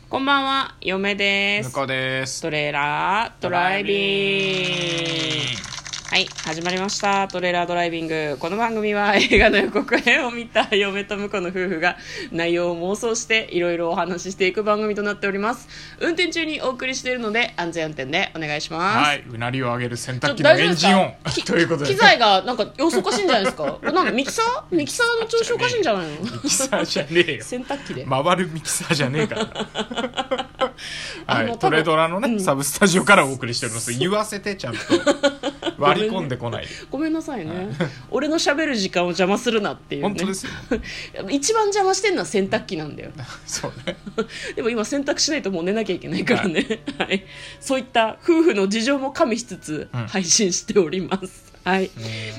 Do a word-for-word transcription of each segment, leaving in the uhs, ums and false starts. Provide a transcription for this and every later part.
こんばんは、嫁です。 向こうです。 トレーラードライビング。はい、始まりました。トレーラードライビング。この番組は映画の予告編を見た嫁と婿の夫婦が内容を妄想していろいろお話ししていく番組となっております。運転中にお送りしているので安全運転でお願いします。 はい、うなりを上げる洗濯機のエンジン音ということで、 機材がなんか様子おかしいんじゃないですか。なんかミキサーミキサーの調子おかしいんじゃないの。 ミキサーじゃねえよ。 洗濯機で回るミキサーじゃねえからはい、トレドラのね、うん、サブスタジオからお送りしております。言わせてちゃんと割り込んでこないでごめんなさいね、はい、俺の喋る時間を邪魔するなっていうね。 本当ですよ一番邪魔してるのは洗濯機なんだよそうねでも今洗濯しないともう寝なきゃいけないからね、はいはい、そういった夫婦の事情も加味しつつ配信しております、うん、はい。う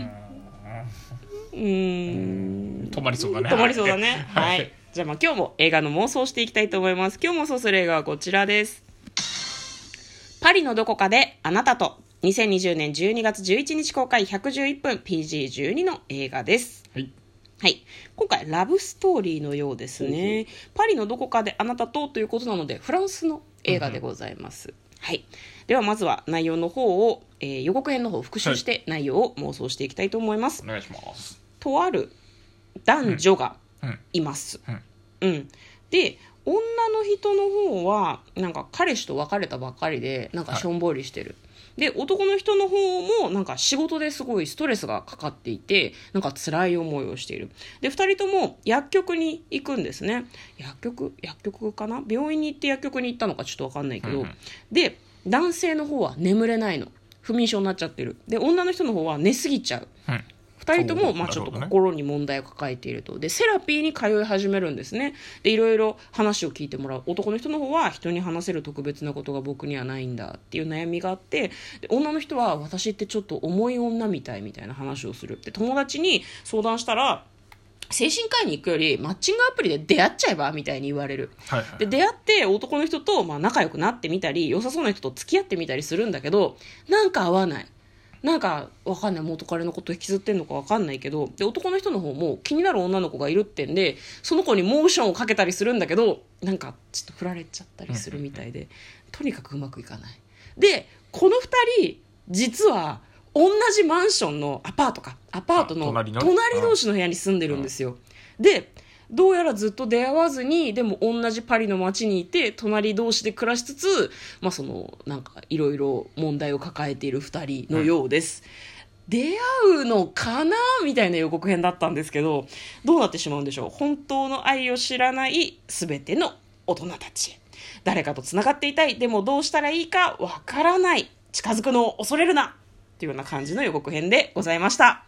ーん止まりそうだね止まりそうだねはい、はい、じゃあまあ今日も映画の妄想していきたいと思います。今日妄想する映画はこちらです。パリのどこかであなたと。にせんにじゅうねんじゅうにがつじゅういちにち公開ひゃくじゅういっぷん ピージーじゅうに の映画です。 はい、 はい、今回ラブストーリーのようですね。パリのどこかであなたとということなのでフランスの映画でございます、うん、はい、ではまずは内容の方を、えー、予告編の方を復習して内容を妄想していきたいと思います、 はい、お願いします。 とある男女がいます、うんうんうん、で女の人の方はなんか彼氏と別れたばっかりでなんかしょんぼりしてる、はい、で男の人の方もなんか仕事ですごいストレスがかかっていてなんか辛い思いをしている。でふたりとも薬局に行くんですね。薬局薬局かな、病院に行って薬局に行ったのかちょっと分かんないけど、うんうん、で男性の方は眠れないの、不眠症になっちゃってる。で女の人の方は寝すぎちゃう、うん、ふたりともまあちょっと心に問題を抱えていると。でセラピーに通い始めるんですね。でいろいろ話を聞いてもらう。男の人の方は人に話せる特別なことが僕にはないんだっていう悩みがあって、で女の人は私ってちょっと重い女みたいみたいな話をする。で友達に相談したら精神科医に行くよりマッチングアプリで出会っちゃえばみたいに言われる、はいはい、で出会って男の人とまあ仲良くなってみたり良さそうな人と付き合ってみたりするんだけどなんか合わない、なんかわかんない、元彼のこと引きずってんのかわかんないけど、で男の人の方も気になる女の子がいるってんでその子にモーションをかけたりするんだけどなんかちょっと振られちゃったりするみたいでとにかくうまくいかない。でこのふたり実は同じマンションのアパートかアパートの隣同士の部屋に住んでるんですよ。でどうやらずっと出会わずにでも同じパリの街にいて隣同士で暮らしつつ、まあ、そのなんかいろいろ問題を抱えているふたりのようです、うん、出会うのかなみたいな予告編だったんですけどどうなってしまうんでしょう。本当の愛を知らない全ての大人たちへ、誰かとつながっていたい、でもどうしたらいいかわからない、近づくのを恐れるなというような感じの予告編でございました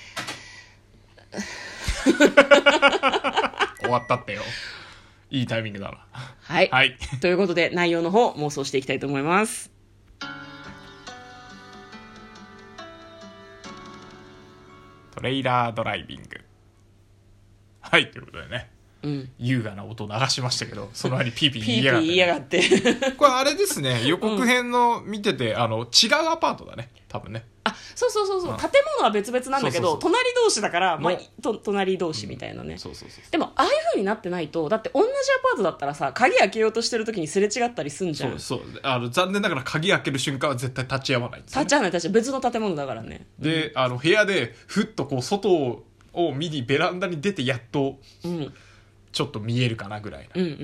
終わったってよ、いいタイミングだな。 はい、はい、ということで内容の方妄想していきたいと思います。 トレイラードライビング。はいということでね、うん、優雅な音を流しましたけどその間にピーピー言いやがって、ね、 ピーピー言いやがってこれあれですね、予告編の見てて、うん、あの違うアパートだね多分ね。 あ、そうそうそうそう、うん、建物は別々なんだけどそうそうそう隣同士だから、まあ、と隣同士みたいなね、うん、そうそうそう。でもああいう風になってないとだって同じアパートだったらさ鍵開けようとしてる時にすれ違ったりすんじゃん。 そうそう、あの残念ながら鍵開ける瞬間は絶対立ち会わないんですよ、ね、 立ち会わない立ち会わない別の建物だからね。 で、うん、あの部屋でふっとこう外を見にベランダに出てやっと、うんちょっと見えるかなぐらいな。 うんうんうんうん。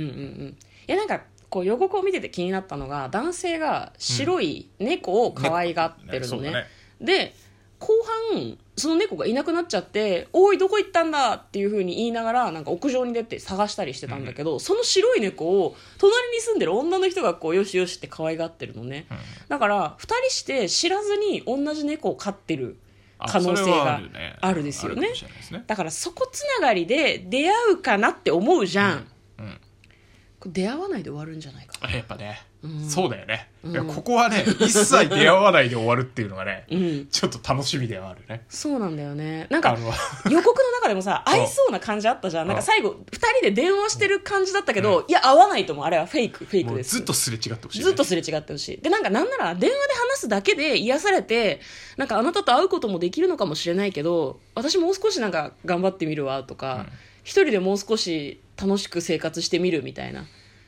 いやなんかこう予告を見てて気になったのが男性が白い猫を可愛がってるのね。うん、ねで後半その猫がいなくなっちゃっておいどこ行ったんだっていう風に言いながらなんか屋上に出て探したりしてたんだけど、うん、その白い猫を隣に住んでる女の人がこうよしよしって可愛がってるのね。うん、だからふたりして知らずに同じ猫を飼ってる可能性があるですよね。だからそこつながりで出会うかなって思うじゃん、うんうん、出会わないで終わるんじゃないかなやっぱね、うん、そうだよね、うん、いやここはね一切出会わないで終わるっていうのがね、うん、ちょっと楽しみではあるね。 そうなんだよね。なんか予告の中でもさ合いそうな感じあったじゃん。なんか最後ふたりで電話してる感じだったけど、うん、いや合わないと思う、あれはフェイクフェイクです。 ずっとすれ違ってほしい、ね、 ずっとすれ違ってほしい。でなんかなんなら電話で話すだけで癒されてなんかあなたと会うこともできるのかもしれないけど私もう少しなんか頑張ってみるわとか、うん、一人でもう少し楽しく生活してみるみたいな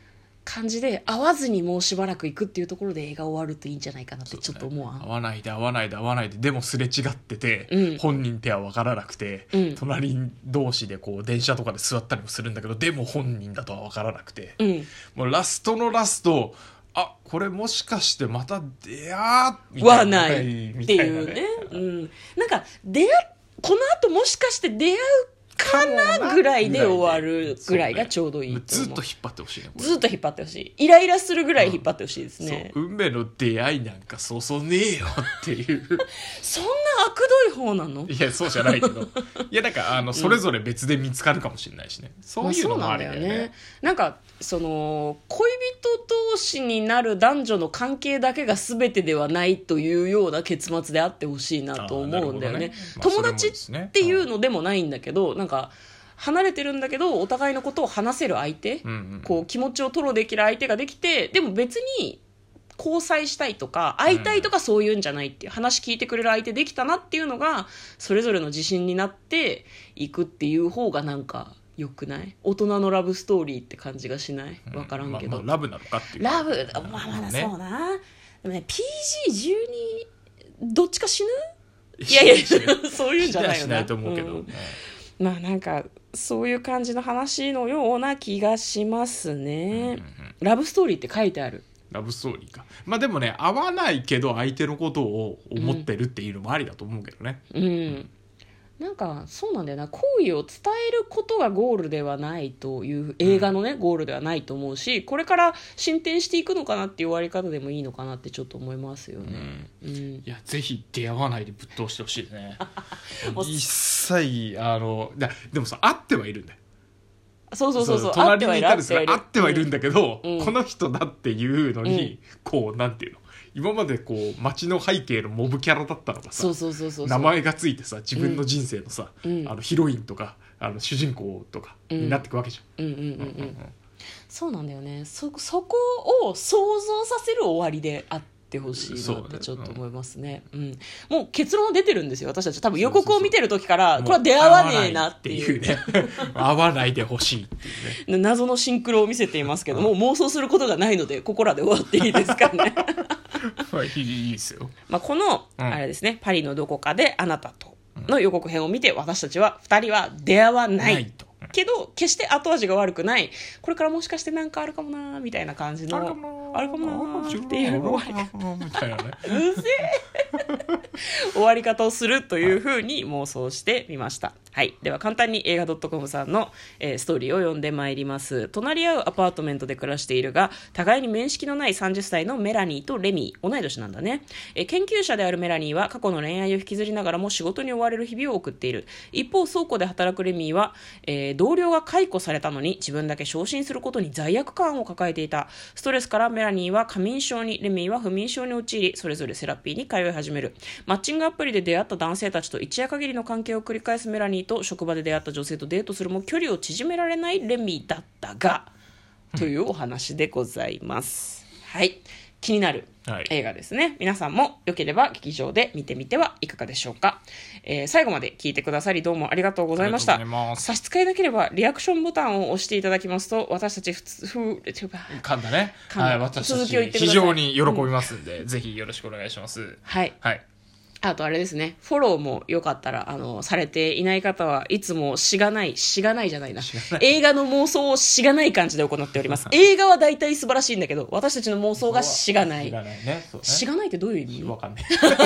感じで会わずにもうしばらく行くっていうところで映画終わるといいんじゃないかなってちょっと思わん、 会わないで会わないで会わないででもすれ違ってて、 うん、 本人っては分からなくて、うん、隣同士でこう電車とかで座ったりもするんだけどでも本人だとは分からなくて、 うん、 もうラストのラストあこれもしかしてまた出会みたいなはないっていうね、うん、なんか出会この後もしかして出会うかなぐらいで終わるぐらいがちょうどいいと思う。 ずっと引っ張ってほしいね。 ずっと引っ張ってほしい。イライラするぐらい引っ張ってほしいですね、 うん、そう運命の出会いなんかそうそうねえよっていうそんな悪どい方なの？ いやそうじゃないけどいやなんかあのそれぞれ別で見つかるかもしれないしね、うん、そういうのもあるよね、まあ、そうなんだよね。なんかその恋人同士になる男女の関係だけが全てではないというような結末であってほしいなと思うんだよね、ねまあ、友達っていうのでもないんだけど、なんか離れてるんだけどお互いのことを話せる相手、うんうん、こう気持ちを吐露できる相手ができて、でも別に交際したいとか会いたいとかそういうんじゃないっていう、話聞いてくれる相手できたなっていうのがそれぞれの自信になっていくっていう方がなんかよくない？大人のラブストーリーって感じがしない？分からんけど、 うんまあ、ラブなのかっていうラブまあまだそうな、ね、でもね ピージーじゅうに どっちか死ぬ？いやいやそういうんじゃないよね。 しないと思うけど、うんまあなんかそういう感じの話のような気がしますね、うんうんうん、ラブストーリーって書いてある。 ラブストーリーか。まあでもね合わないけど相手のことを思ってるっていうのもありだと思うけどね、 うん、うんなんかそうなんだよな、好意を伝えることがゴールではないという映画のね、うん、ゴールではないと思うし、これから進展していくのかなっていう終わり方でもいいのかなってちょっと思いますよね、うんうん、 いやぜひ出会わないでぶっ通してほしいね一切あのだでもさ会ってはいるんだよ。 そうそうそうそう隣にいたりする会ってはいるんだけど、 うん、 この人だっていうのに、うん、こうなんていうの今までこう街の背景のモブキャラだったのがさ、名前がついてさ自分の人生のさ、うん、あのヒロインとかあの主人公とかになっていくわけじゃん。 そうなんだよね。そ、そこを想像させる終わりであってほしいなってちょっと思いますね、うんうん、もう結論は出てるんですよ。私たち多分予告を見てる時からこれは出会わねえなっていうね会わないでほしいっていうね謎のシンクロを見せていますけども、もう妄想することがないのでここらで終わっていいですかねまあいいですよ、 まあ、この、うん、あれですねパリのどこかであなたとの予告編を見て私たちはふたりは出会わない、ないとけど決して後味が悪くない、これからもしかしてなんかあるかもなみたいな感じのあるかもなっていう終わり方みたいなねうぜえ終わり方をするというふうに妄想してみました。はい、では簡単に映画 .com さんの、えー、ストーリーを読んでまいります。隣り合うアパートメントで暮らしているが互いに面識のないさんじゅっさいのメラニーとレミー、同い年なんだね、えー、研究者であるメラニーは過去の恋愛を引きずりながらも仕事に追われる日々を送っている。一方倉庫で働くレミーは、えー、同僚が解雇されたのに自分だけ昇進することに罪悪感を抱えていた。ストレスからメラニーは過眠症に、レミーは不眠症に陥りそれぞれセラピーに通い始める。マッチングアプリで出会った男性たちと一夜限りの関係を繰り返すメラニーと職場で出会った女性とデートするも距離を縮められないレミーだったが、というお話でございます。はい、気になる映画ですね、はい、皆さんもよければ劇場で見てみてはいかがでしょうか、えー、最後まで聞いてくださりどうもありがとうございました。差し支えなければリアクションボタンを押していただきますと私たち普通ふ噛んだね、はい、私たち非常に喜びますんで、うん、ぜひよろしくお願いします。 はい、 はい、 あとあれですね、フォローもよかったらあのされていない方はいつもしがないしがないじゃないな映画の妄想をしがない感じで行っております。映画は大体素晴らしいんだけど私たちの妄想がしがない。しがないね、そうね。しがないってどういう意味？ わかんない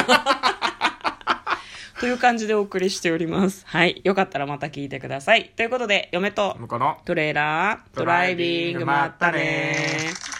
という感じでお送りしております。はい、よかったらまた聞いてください。ということで嫁とトレーラードライビングまったね。